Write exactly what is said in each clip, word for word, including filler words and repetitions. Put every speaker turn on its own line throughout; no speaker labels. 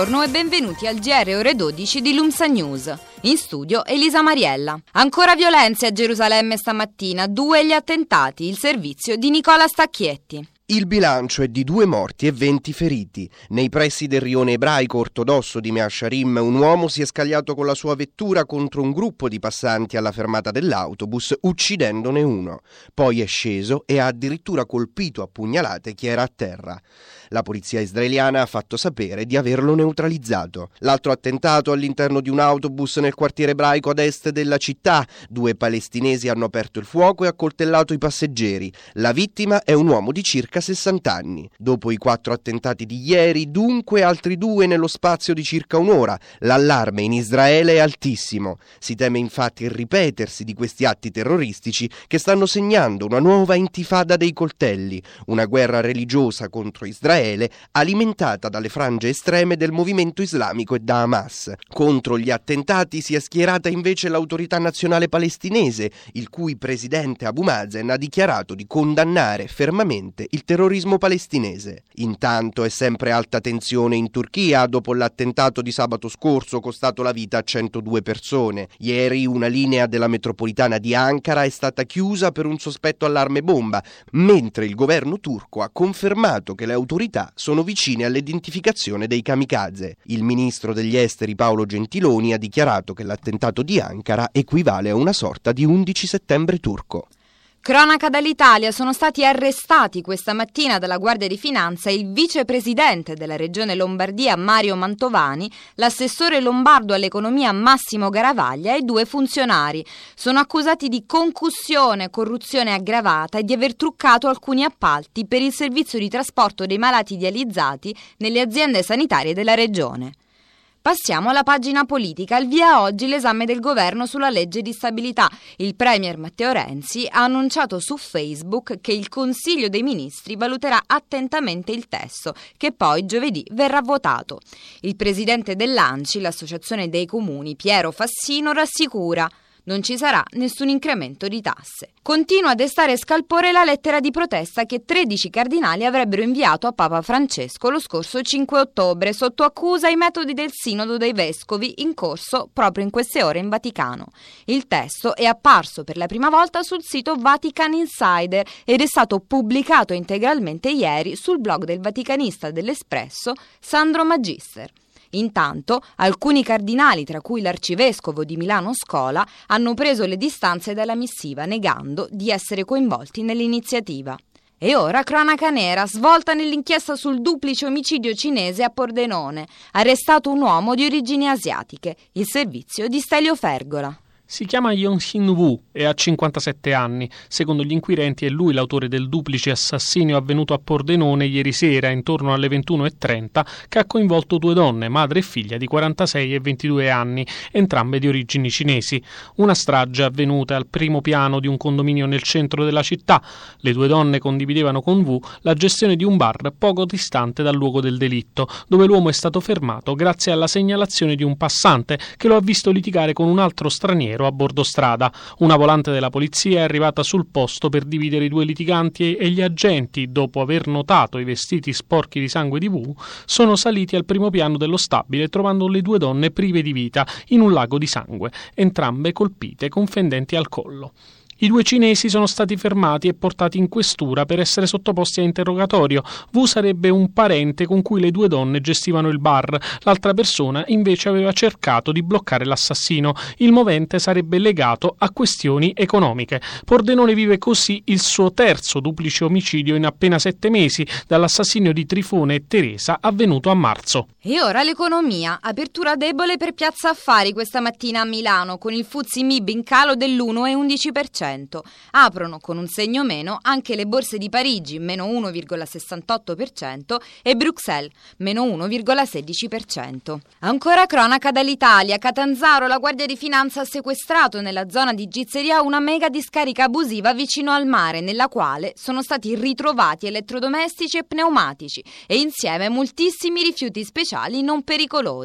Buongiorno e benvenuti al G R Ore dodici di Lumsa News. In studio Elisa Mariella. Ancora violenze a Gerusalemme stamattina, due gli attentati, il servizio di Nicola Stacchietti.
Il bilancio è di due morti e venti feriti. Nei pressi del rione ebraico ortodosso di Mea Shearim, un uomo si è scagliato con la sua vettura contro un gruppo di passanti alla fermata dell'autobus, uccidendone uno. Poi è sceso e ha addirittura colpito a pugnalate chi era a terra. La polizia israeliana ha fatto sapere di averlo neutralizzato. L'altro attentato all'interno di un autobus nel quartiere ebraico ad est della città. Due palestinesi hanno aperto il fuoco e accoltellato i passeggeri. La vittima è un uomo di circa sessanta anni. Dopo i quattro attentati di ieri, dunque altri due nello spazio di circa un'ora. L'allarme in Israele è altissimo. Si teme infatti il ripetersi di questi atti terroristici che stanno segnando una nuova intifada dei coltelli, una guerra religiosa contro Israele alimentata dalle frange estreme del movimento islamico e da Hamas. Contro gli attentati si è schierata invece l'autorità nazionale palestinese, il cui presidente Abu Mazen ha dichiarato di condannare fermamente il terrorismo palestinese. Intanto è sempre alta tensione in Turchia dopo l'attentato di sabato scorso costato la vita a centodue persone. Ieri una linea della metropolitana di Ankara è stata chiusa per un sospetto allarme bomba, mentre il governo turco ha confermato che le autorità sono vicine all'identificazione dei kamikaze. Il ministro degli esteri Paolo Gentiloni ha dichiarato che l'attentato di Ankara equivale a una sorta di undici settembre turco.
Cronaca dall'Italia, sono stati arrestati questa mattina dalla Guardia di Finanza il vicepresidente della Regione Lombardia Mario Mantovani, l'assessore lombardo all'economia Massimo Garavaglia e due funzionari. Sono accusati di concussione, corruzione aggravata e di aver truccato alcuni appalti per il servizio di trasporto dei malati dializzati nelle aziende sanitarie della Regione. Passiamo alla pagina politica. Al via oggi l'esame del governo sulla legge di stabilità. Il premier Matteo Renzi ha annunciato su Facebook che il Consiglio dei Ministri valuterà attentamente il testo, che poi giovedì verrà votato. Il presidente dell'ANCI, l'Associazione dei Comuni, Piero Fassino, rassicura: non ci sarà nessun incremento di tasse. Continua a destare scalpore la lettera di protesta che tredici cardinali avrebbero inviato a Papa Francesco lo scorso cinque ottobre sotto accusa ai metodi del Sinodo dei Vescovi in corso proprio in queste ore in Vaticano. Il testo è apparso per la prima volta sul sito Vatican Insider ed è stato pubblicato integralmente ieri sul blog del vaticanista dell'Espresso Sandro Magister. Intanto, alcuni cardinali, tra cui l'arcivescovo di Milano Scola, hanno preso le distanze dalla missiva, negando di essere coinvolti nell'iniziativa. E ora cronaca nera, svolta nell'inchiesta sul duplice omicidio cinese a Pordenone. Arrestato un uomo di origini asiatiche, il servizio di Stelio Fergola.
Si chiama Yong-Sin Wu e ha cinquantasette anni. Secondo gli inquirenti è lui l'autore del duplice assassinio avvenuto a Pordenone ieri sera intorno alle ventuno e trenta, che ha coinvolto due donne, madre e figlia di quarantasei e ventidue anni, entrambe di origini cinesi. Una strage avvenuta al primo piano di un condominio nel centro della città. Le due donne condividevano con Wu la gestione di un bar poco distante dal luogo del delitto, dove l'uomo è stato fermato grazie alla segnalazione di un passante che lo ha visto litigare con un altro straniero a bordo strada. Una volante della polizia è arrivata sul posto per dividere i due litiganti e gli agenti, dopo aver notato i vestiti sporchi di sangue di Wu, sono saliti al primo piano dello stabile trovando le due donne prive di vita in un lago di sangue, entrambe colpite con fendenti al collo. I due cinesi sono stati fermati e portati in questura per essere sottoposti a interrogatorio. Wu sarebbe un parente con cui le due donne gestivano il bar. L'altra persona invece aveva cercato di bloccare l'assassino. Il movente sarebbe legato a questioni economiche. Pordenone vive così il suo terzo duplice omicidio in appena sette mesi, dall'assassinio di Trifone e Teresa avvenuto a marzo.
E ora l'economia. Apertura debole per Piazza Affari questa mattina a Milano, con il Fuzzi Mib in calo dell'uno virgola undici per cento. Aprono con un segno meno anche le borse di Parigi, meno uno virgola sessantotto per cento, e Bruxelles, meno uno virgola sedici per cento. Ancora cronaca dall'Italia. Catanzaro, la Guardia di Finanza ha sequestrato nella zona di Gizzeria una mega discarica abusiva vicino al mare, nella quale sono stati ritrovati elettrodomestici e pneumatici e insieme moltissimi rifiuti speciali non pericolosi.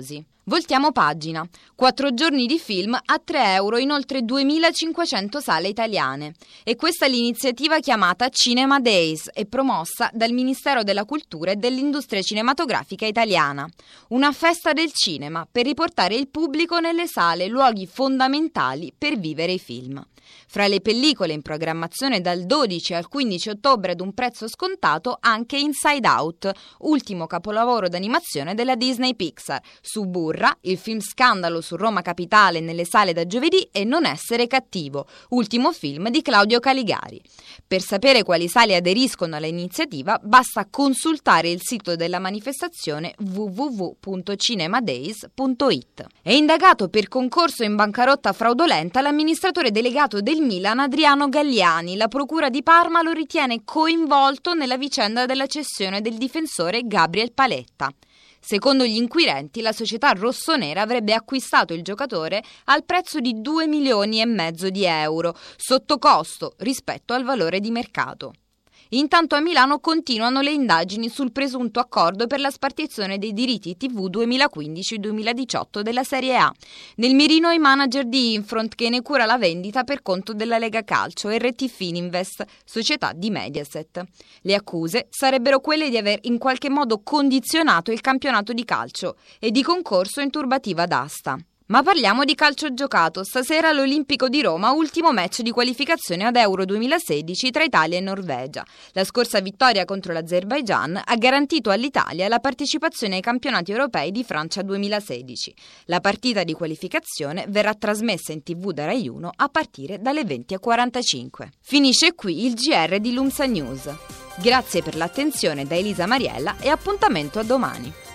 Voltiamo pagina. Quattro giorni di film a tre euro in oltre duemilacinquecento sale italiane. E questa è l'iniziativa chiamata Cinema Days e promossa dal Ministero della Cultura e dell'Industria Cinematografica Italiana. Una festa del cinema per riportare il pubblico nelle sale, luoghi fondamentali per vivere i film. Fra le pellicole in programmazione dal dodici al quindici ottobre ad un prezzo scontato anche Inside Out, ultimo capolavoro d'animazione della Disney Pixar, Suburra, il film scandalo su Roma Capitale nelle sale da giovedì e Non essere cattivo, ultimo film di Claudio Caligari. Per sapere quali sale aderiscono all'iniziativa basta consultare il sito della manifestazione w w w punto cinemadays punto i t. È indagato per concorso in bancarotta fraudolenta l'amministratore delegato del Milan Adriano Galliani. La procura di Parma lo ritiene coinvolto nella vicenda della cessione del difensore Gabriel Paletta. Secondo gli inquirenti, la società rossonera avrebbe acquistato il giocatore al prezzo di due milioni e mezzo di euro, sotto costo rispetto al valore di mercato. Intanto a Milano continuano le indagini sul presunto accordo per la spartizione dei diritti tivù duemilaquindici duemiladiciotto della Serie A. Nel mirino i manager di Infront, che ne cura la vendita per conto della Lega Calcio, e R T Fininvest, società di Mediaset. Le accuse sarebbero quelle di aver in qualche modo condizionato il campionato di calcio e di concorso in turbativa d'asta. Ma parliamo di calcio giocato. Stasera all'Olimpico di Roma, ultimo match di qualificazione ad Euro duemilasedici tra Italia e Norvegia. La scorsa vittoria contro l'Azerbaigian ha garantito all'Italia la partecipazione ai campionati europei di Francia duemilasedici. La partita di qualificazione verrà trasmessa in tivù da Rai uno a partire dalle venti e quarantacinque. Finisce qui il G R di Lumsa News. Grazie per l'attenzione da Elisa Mariella e appuntamento a domani.